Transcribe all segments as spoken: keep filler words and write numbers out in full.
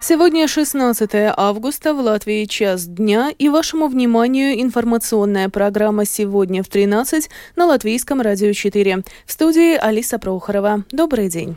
Сегодня шестнадцатое августа, в Латвии час дня, и вашему вниманию информационная программа «Сегодня в тринадцать» на Латвийском радио четыре. В студии Алиса Прохорова. Добрый день.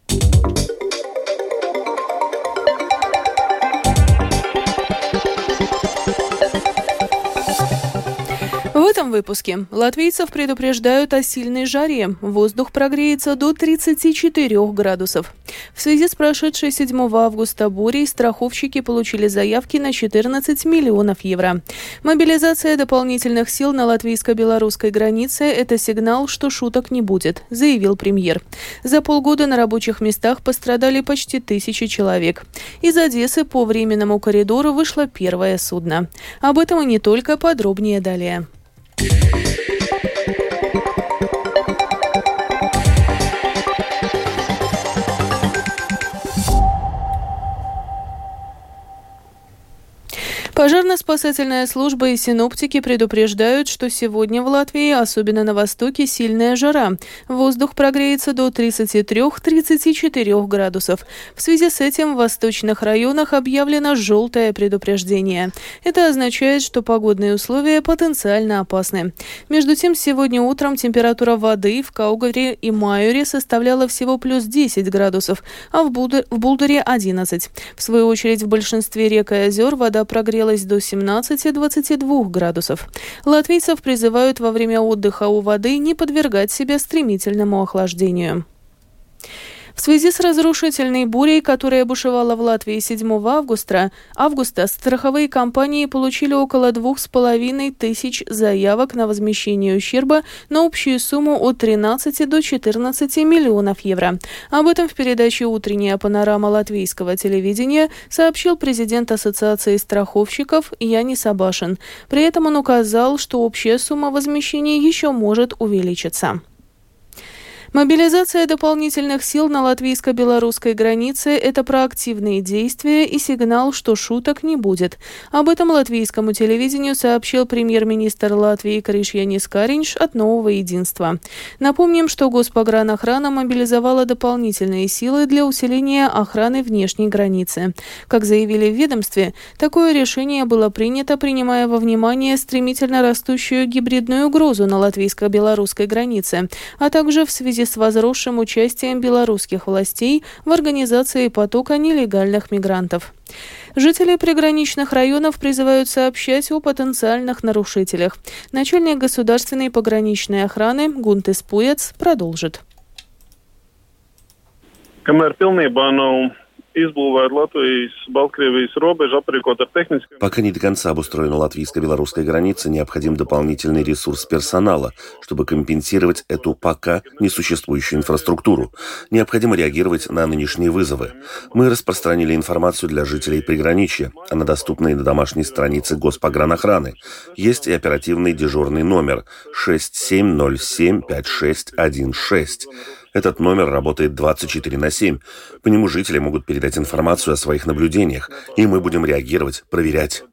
В этом выпуске латвийцев предупреждают о сильной жаре. Воздух прогреется до тридцати четырёх градусов. В связи с прошедшей седьмого августа бурей страховщики получили заявки на четырнадцать миллионов евро. Мобилизация дополнительных сил на латвийско-белорусской границе – это сигнал, что шуток не будет, заявил премьер. За полгода на рабочих местах пострадали почти тысячи человек. Из Одессы по временному коридору вышло первое судно. Об этом и не только, подробнее далее. Пожарно-спасательная служба и синоптики предупреждают, что сегодня в Латвии, особенно на востоке, сильная жара. Воздух прогреется до тридцати трёх — тридцати четырёх градусов. В связи с этим в восточных районах объявлено желтое предупреждение. Это означает, что погодные условия потенциально опасны. Между тем, сегодня утром температура воды в Каугаре и Майоре составляла всего плюс десять градусов, а в, Буд... в Булдере – одиннадцать. В свою очередь, в большинстве рек и озер вода прогрелась до семнадцати — двадцати двух градусов. Латвийцев призывают во время отдыха у воды не подвергать себя стремительному охлаждению. В связи с разрушительной бурей, которая бушевала в Латвии седьмого августа, августа страховые компании получили около двух с половиной тысяч заявок на возмещение ущерба на общую сумму от тринадцати до четырнадцати миллионов евро. Об этом в передаче «Утренняя панорама» латвийского телевидения сообщил президент Ассоциации страховщиков Янис Абашин. При этом он указал, что общая сумма возмещения еще может увеличиться. Мобилизация дополнительных сил на латвийско-белорусской границе – это проактивные действия и сигнал, что шуток не будет. Об этом латвийскому телевидению сообщил премьер-министр Латвии Кришьянис Кариньш от «Нового единства». Напомним, что Госпогранохрана мобилизовала дополнительные силы для усиления охраны внешней границы. Как заявили в ведомстве, такое решение было принято, принимая во внимание стремительно растущую гибридную угрозу на латвийско-белорусской границе, а также в связи с возросшим участием белорусских властей в организации потока нелегальных мигрантов. Жители приграничных районов призывают сообщать о потенциальных нарушителях. Начальник государственной пограничной охраны Гунтис Пуец продолжит. Пока не до конца обустроена латвийско-белорусская граница, необходим дополнительный ресурс персонала, чтобы компенсировать эту пока несуществующую инфраструктуру. Необходимо реагировать на нынешние вызовы. Мы распространили информацию для жителей приграничья. Она доступна и на домашней странице Госпогранохраны. Есть и оперативный дежурный номер шесть семь ноль семь пять шесть один шесть. Этот номер работает двадцать четыре на семь. По нему жители могут передать информацию о своих наблюдениях, и мы будем реагировать, проверять.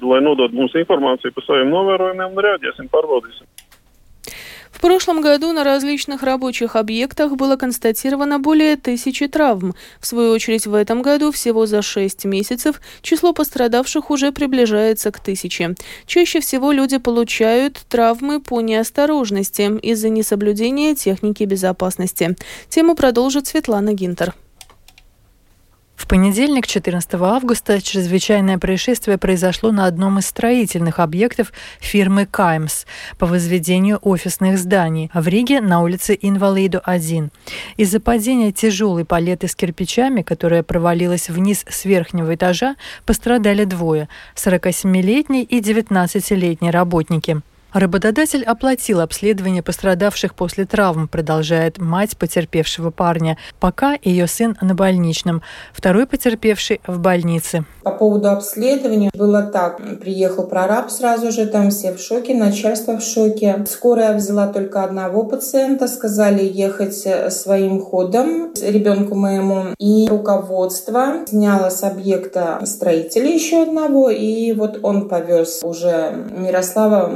В прошлом году на различных рабочих объектах было констатировано более тысячи травм. В свою очередь, в этом году всего за шесть месяцев число пострадавших уже приближается к тысяче. Чаще всего люди получают травмы по неосторожности из-за несоблюдения техники безопасности. Тему продолжит Светлана Гинтер. В понедельник, четырнадцатого августа, чрезвычайное происшествие произошло на одном из строительных объектов фирмы «Каймс» по возведению офисных зданий в Риге на улице Инвалиду один. Из-за падения тяжелой палеты с кирпичами, которая провалилась вниз с верхнего этажа, пострадали двое – сорокасемилетний и девятнадцатилетний работники. Работодатель оплатил обследование пострадавших после травм, продолжает мать потерпевшего парня. Пока ее сын на больничном, второй потерпевший в больнице. По поводу обследования было так. Приехал прораб сразу же, там все в шоке, начальство в шоке. Скорая взяла только одного пациента, сказали ехать своим ходом ребенку моему. И руководство сняло с объекта строителя еще одного, и вот он повез уже Мирослава моего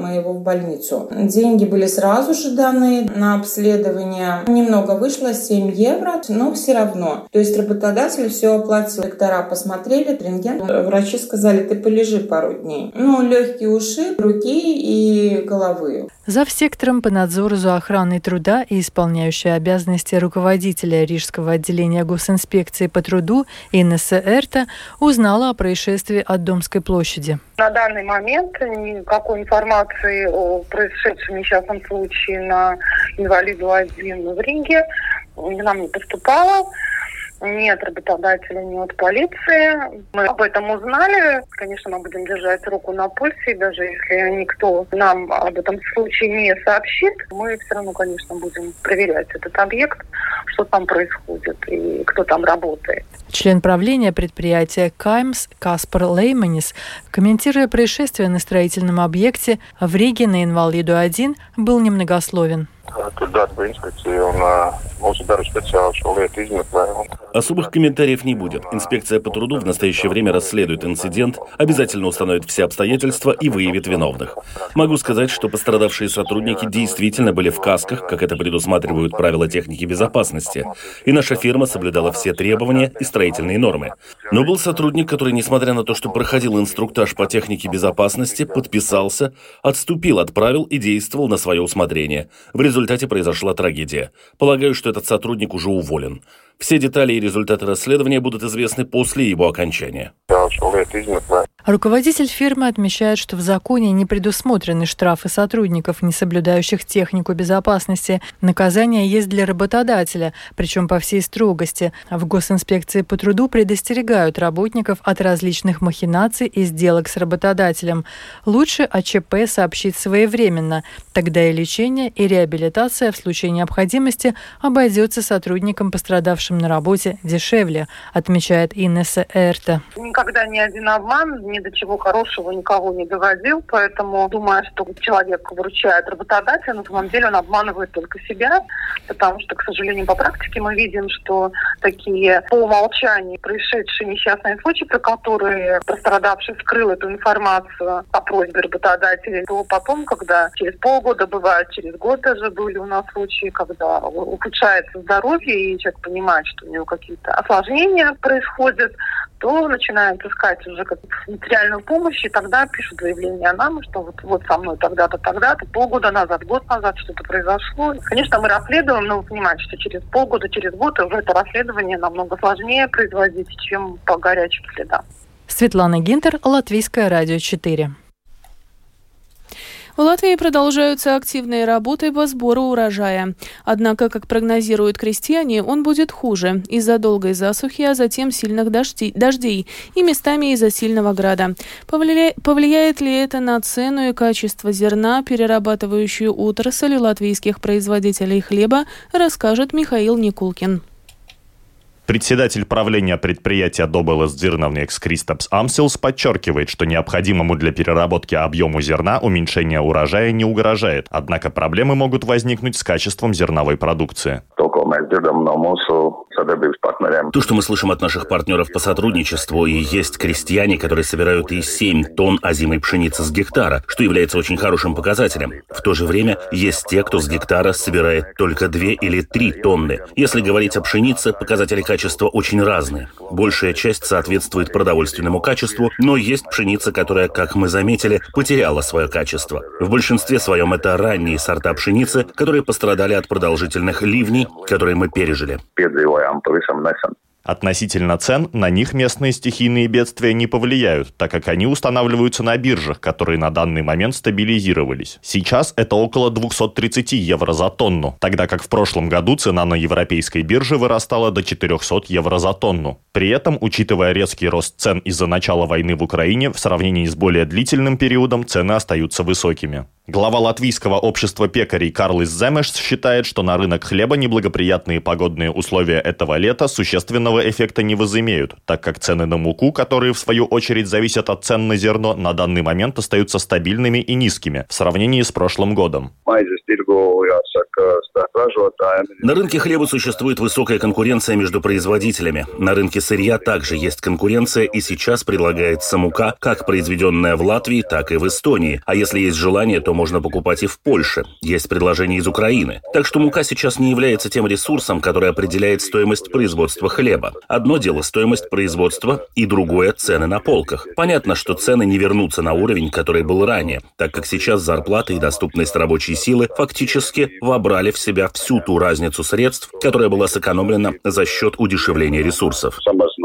в больницу. Деньги были сразу же даны на обследование. Немного вышло, семь евро, но все равно. То есть работодатель все оплатил. Доктора посмотрели, рентген. Врачи сказали, ты полежи пару дней. Ну, легкие ушиб, руки и головы. Завсектором по надзору за охраной труда и исполняющая обязанности руководителя Рижского отделения госинспекции по труду Инесса Эрта узнала о происшествии от Домской площади. На данный момент никакой информации о происшедшем несчастном случае на инвалиду один в Риге нам не поступало. Ни от работодателя, ни от полиции. Мы об этом узнали. Конечно, мы будем держать руку на пульсе. И даже если никто нам об этом случае не сообщит, мы все равно, конечно, будем проверять этот объект, что там происходит и кто там работает. Член правления предприятия «Каймс» Каспар Лейманис, комментируя происшествие на строительном объекте в Риге на инвалиду один, был немногословен. Особых комментариев не будет. Инспекция по труду в настоящее время расследует инцидент, обязательно установит все обстоятельства и выявит виновных. Могу сказать, что пострадавшие сотрудники действительно были в касках, как это предусматривают правила техники безопасности, и наша фирма соблюдала все требования и строительные нормы. Но был сотрудник, который, несмотря на то, что проходил инструктаж по технике безопасности, подписался, отступил от правил и действовал на свое усмотрение. В результате произошла трагедия. Полагаю, что этот сотрудник уже уволен. Все детали и результаты расследования будут известны после его окончания. Руководитель фирмы отмечает, что в законе не предусмотрены штрафы сотрудников, не соблюдающих технику безопасности. Наказание есть для работодателя, причем по всей строгости. В госинспекции по труду предостерегают работников от различных махинаций и сделок с работодателем. Лучше о ЧП сообщить своевременно. Тогда и лечение, и реабилитация в случае необходимости обойдется сотрудникам, пострадавшим на работе, дешевле, отмечает Инесса Эрта. Никогда ни один обман ни до чего хорошего никого не доводил, поэтому думаю, что человек выручает работодателя, на самом деле он обманывает только себя, потому что, к сожалению, по практике мы видим, что такие по умолчанию происшедшие несчастные случаи, про которые пострадавший скрыл эту информацию по просьбе работодателя, то потом, когда через полгода бывает, через год даже были у нас случаи, когда ухудшается здоровье, и человек понимает, что у него какие-то осложнения происходят, то начинают искать уже как материальную помощь, и тогда пишут заявление нам, что вот, вот со мной тогда-то, тогда-то, полгода назад, год назад что-то произошло. Конечно, мы расследуем, но вы понимаете, что через полгода, через год уже это расследование намного сложнее производить, чем по горячим следам. Светлана Гинтер, Латвийское радио четыре. В Латвии продолжаются активные работы по сбору урожая. Однако, как прогнозируют крестьяне, он будет хуже из-за долгой засухи, а затем сильных дождей, дождей и местами из-за сильного града. Повлия... Повлияет ли это на цену и качество зерна, перерабатывающую отрасль латвийских производителей хлеба, расскажет Михаил Никулкин. Председатель правления предприятия Добелес Дзирновниeks Кристапс Амсилс подчеркивает, что необходимому для переработки объему зерна уменьшение урожая не угрожает, однако проблемы могут возникнуть с качеством зерновой продукции. То, что мы слышим от наших партнеров по сотрудничеству, и есть крестьяне, которые собирают и семь тонн озимой пшеницы с гектара, что является очень хорошим показателем. В то же время есть те, кто с гектара собирает только две или три тонны. Если говорить о пшенице, показатели качества очень разные. Большая часть соответствует продовольственному качеству, но есть пшеница, которая, как мы заметили, потеряла свое качество. В большинстве своем это ранние сорта пшеницы, которые пострадали от продолжительных ливней, которые мы пережили. Относительно цен, на них местные стихийные бедствия не повлияют, так как они устанавливаются на биржах, которые на данный момент стабилизировались. Сейчас это около двести тридцать евро за тонну, тогда как в прошлом году цена на европейской бирже вырастала до четыреста евро за тонну. При этом, учитывая резкий рост цен из-за начала войны в Украине, в сравнении с более длительным периодом цены остаются высокими. Глава латвийского общества пекарей Карлис Земеш считает, что на рынок хлеба неблагоприятные погодные условия этого лета существенного эффекта не возымеют, так как цены на муку, которые в свою очередь зависят от цен на зерно, на данный момент остаются стабильными и низкими в сравнении с прошлым годом. На рынке хлеба существует высокая конкуренция между производителями. На рынке сырья также есть конкуренция, и сейчас предлагается мука, как произведенная в Латвии, так и в Эстонии. А если есть желание, то можно покупать и в Польше. Есть предложение из Украины. Так что мука сейчас не является тем ресурсом, который определяет стоимость производства хлеба. Одно дело стоимость производства, и другое – цены на полках. Понятно, что цены не вернутся на уровень, который был ранее, так как сейчас зарплаты и доступность рабочей силы фактически вобрали в себя всю ту разницу средств, которая была сэкономлена за счет удешевления ресурсов.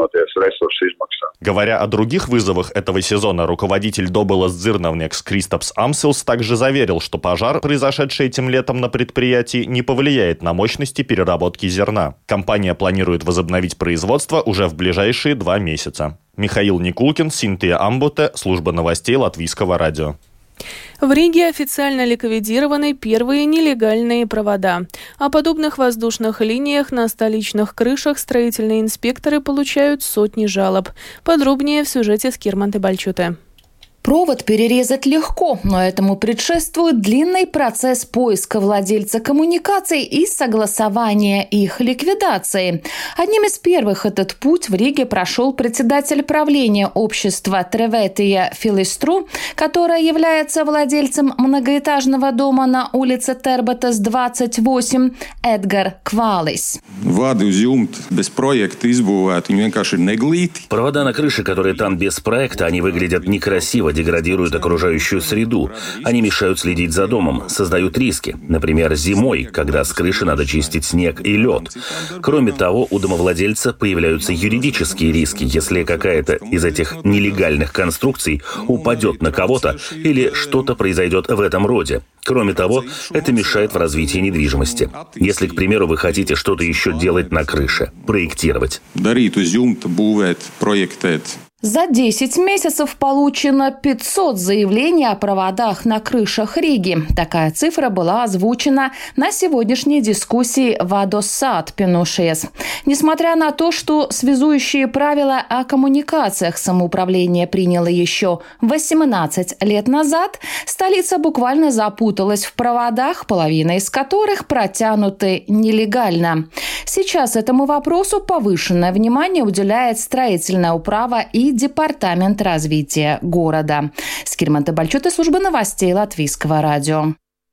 Говоря о других вызовах этого сезона, руководитель Добылас Дзирновнекс Кристопс Амсилс также заверил, что пожар, произошедший этим летом на предприятии, не повлияет на мощности переработки зерна. Компания планирует возобновить производство уже в ближайшие два месяца. Михаил Никулкин, Синтия Амботе, служба новостей Латвийского радио. В Риге официально ликвидированы первые нелегальные провода. О подобных воздушных линиях на столичных крышах строительные инспекторы получают сотни жалоб. Подробнее в сюжете с Кирманты Бальчуте. Провод перерезать легко, но этому предшествует длинный процесс поиска владельца коммуникаций и согласования их ликвидации. Одним из первых этот путь в Риге прошел председатель правления общества Треветия Филистру, которое является владельцем многоэтажного дома на улице Тербатас, двадцать восемь, Эдгар Квалис. Провода на крыше, которые там без проекта, они выглядят некрасиво, деградируют окружающую среду. Они мешают следить за домом, создают риски. Например, зимой, когда с крыши надо чистить снег и лед. Кроме того, у домовладельца появляются юридические риски, если какая-то из этих нелегальных конструкций упадет на кого-то или что-то произойдет в этом роде. Кроме того, это мешает в развитии недвижимости. Если, к примеру, вы хотите что-то еще делать на крыше, проектировать. За десять месяцев получено пятьсот заявлений о проводах на крышах Риги. Такая цифра была озвучена на сегодняшней дискуссии Вадоссат Пенушес. Несмотря на то, что связующие правила о коммуникациях самоуправление приняло еще восемнадцать лет назад, столица буквально запуталась в проводах, половина из которых протянуты нелегально. Сейчас этому вопросу повышенное внимание уделяет строительная управа и Департамент развития города. Скирманта Бальчуте, служба новостей Латвийского радио.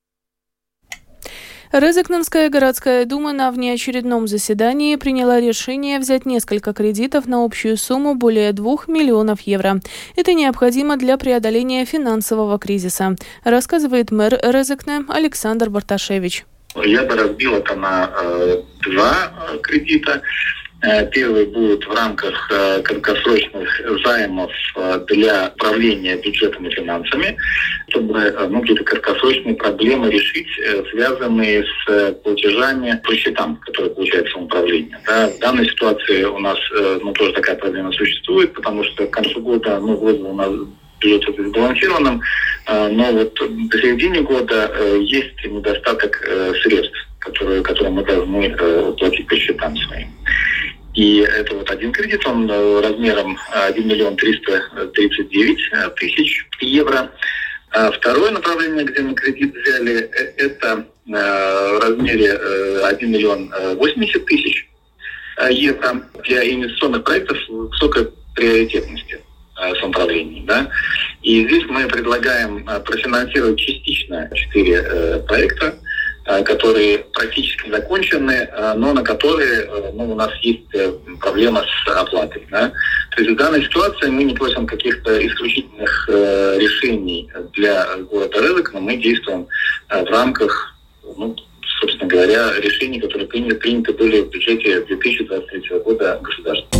Резекненская городская дума на внеочередном заседании приняла решение взять несколько кредитов на общую сумму более двух миллионов евро. Это необходимо для преодоления финансового кризиса, рассказывает мэр Резекне Александр Барташевич. Я бы разбил это на э, два кредита. Первый будет в рамках краткосрочных займов для управления бюджетом и финансами, чтобы ну, какие-то краткосрочные проблемы решить, связанные с платежами по счетам, которые получает самоуправление. Да, в данной ситуации у нас ну, тоже такая проблема существует, потому что к концу года ну, год у нас бюджет сбалансированным, но вот до середины года есть недостаток средств, которые, которые мы должны платить по счетам своим. И это вот один кредит, он размером один миллион триста тридцать девять тысяч евро. А второе направление, где мы кредит взяли, это в размере один миллион восемьдесят тысяч евро для инвестиционных проектов высокой приоритетности самоуправления. Да? И здесь мы предлагаем профинансировать частично четыре проекта, которые практически закончены, но на которые ну, у нас есть проблема с оплатой. Да? То есть в данной ситуации мы не просим каких-то исключительных э, решений для города Резекне, мы действуем э, в рамках, ну, собственно говоря, решений, которые приняты, приняты были в бюджете две тысячи двадцать третьего года государства.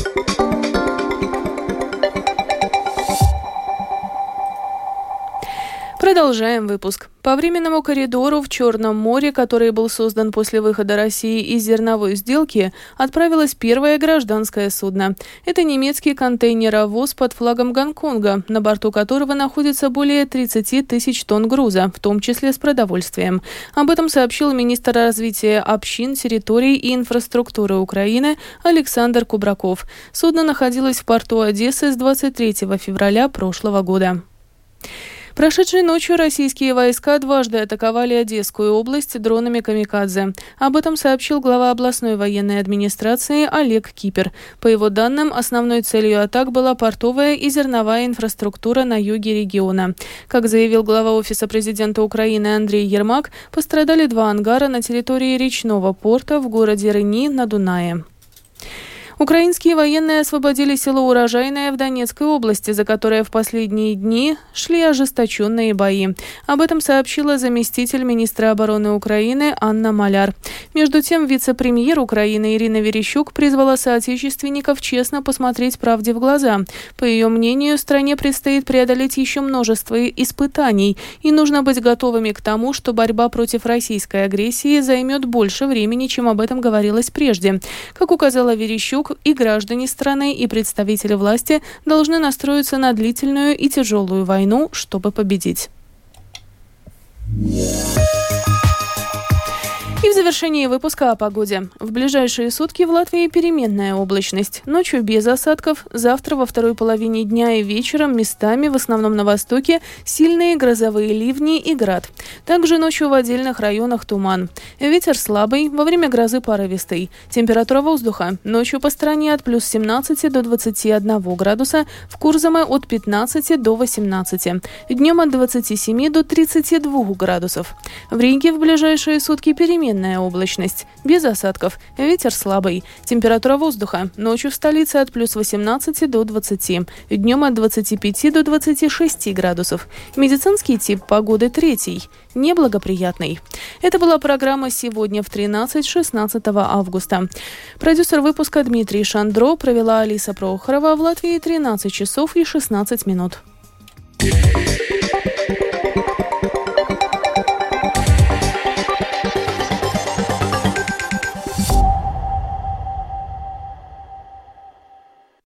Продолжаем выпуск. По временному коридору в Черном море, который был создан после выхода России из зерновой сделки, отправилось первое гражданское судно. Это немецкий контейнеровоз под флагом Гонконга, на борту которого находится более тридцать тысяч тонн груза, в том числе с продовольствием. Об этом сообщил министр развития общин, территорий и инфраструктуры Украины Александр Кубраков. Судно находилось в порту Одессы с двадцать третьего февраля прошлого года. Прошедшей ночью российские войска дважды атаковали Одесскую область дронами «Камикадзе». Об этом сообщил глава областной военной администрации Олег Кипер. По его данным, основной целью атак была портовая и зерновая инфраструктура на юге региона. Как заявил глава Офиса президента Украины Андрей Ермак, пострадали два ангара на территории речного порта в городе Рени на Дунае. Украинские военные освободили село Урожайное в Донецкой области, за которое в последние дни шли ожесточенные бои. Об этом сообщила заместитель министра обороны Украины Анна Маляр. Между тем, вице-премьер Украины Ирина Верещук призвала соотечественников честно посмотреть правде в глаза. По ее мнению, стране предстоит преодолеть еще множество испытаний, и нужно быть готовыми к тому, что борьба против российской агрессии займет больше времени, чем об этом говорилось прежде. Как указала Верещук, и граждане страны, и представители власти должны настроиться на длительную и тяжелую войну, чтобы победить. И в завершении выпуска о погоде. В ближайшие сутки в Латвии переменная облачность. Ночью без осадков. Завтра во второй половине дня и вечером местами, в основном на востоке, сильные грозовые ливни и град. Также ночью в отдельных районах туман. Ветер слабый, во время грозы порывистый. Температура воздуха. Ночью по стране от плюс семнадцати до двадцати одного градуса, в Курзаме от пятнадцати до восемнадцати. Днем от двадцати семи до тридцати двух градусов. В Риге в ближайшие сутки переменная облачность, без осадков, ветер слабый. Температура воздуха. Ночью в столице от плюс восемнадцати до двадцати. Днем от двадцати пяти до двадцати шести градусов. Медицинский тип погоды третий. Неблагоприятный. Это была программа «Сегодня в тринадцать» шестнадцатого августа. Продюсер выпуска Дмитрий Шандро, провела Алиса Прохорова. В Латвии тринадцать часов и шестнадцать минут.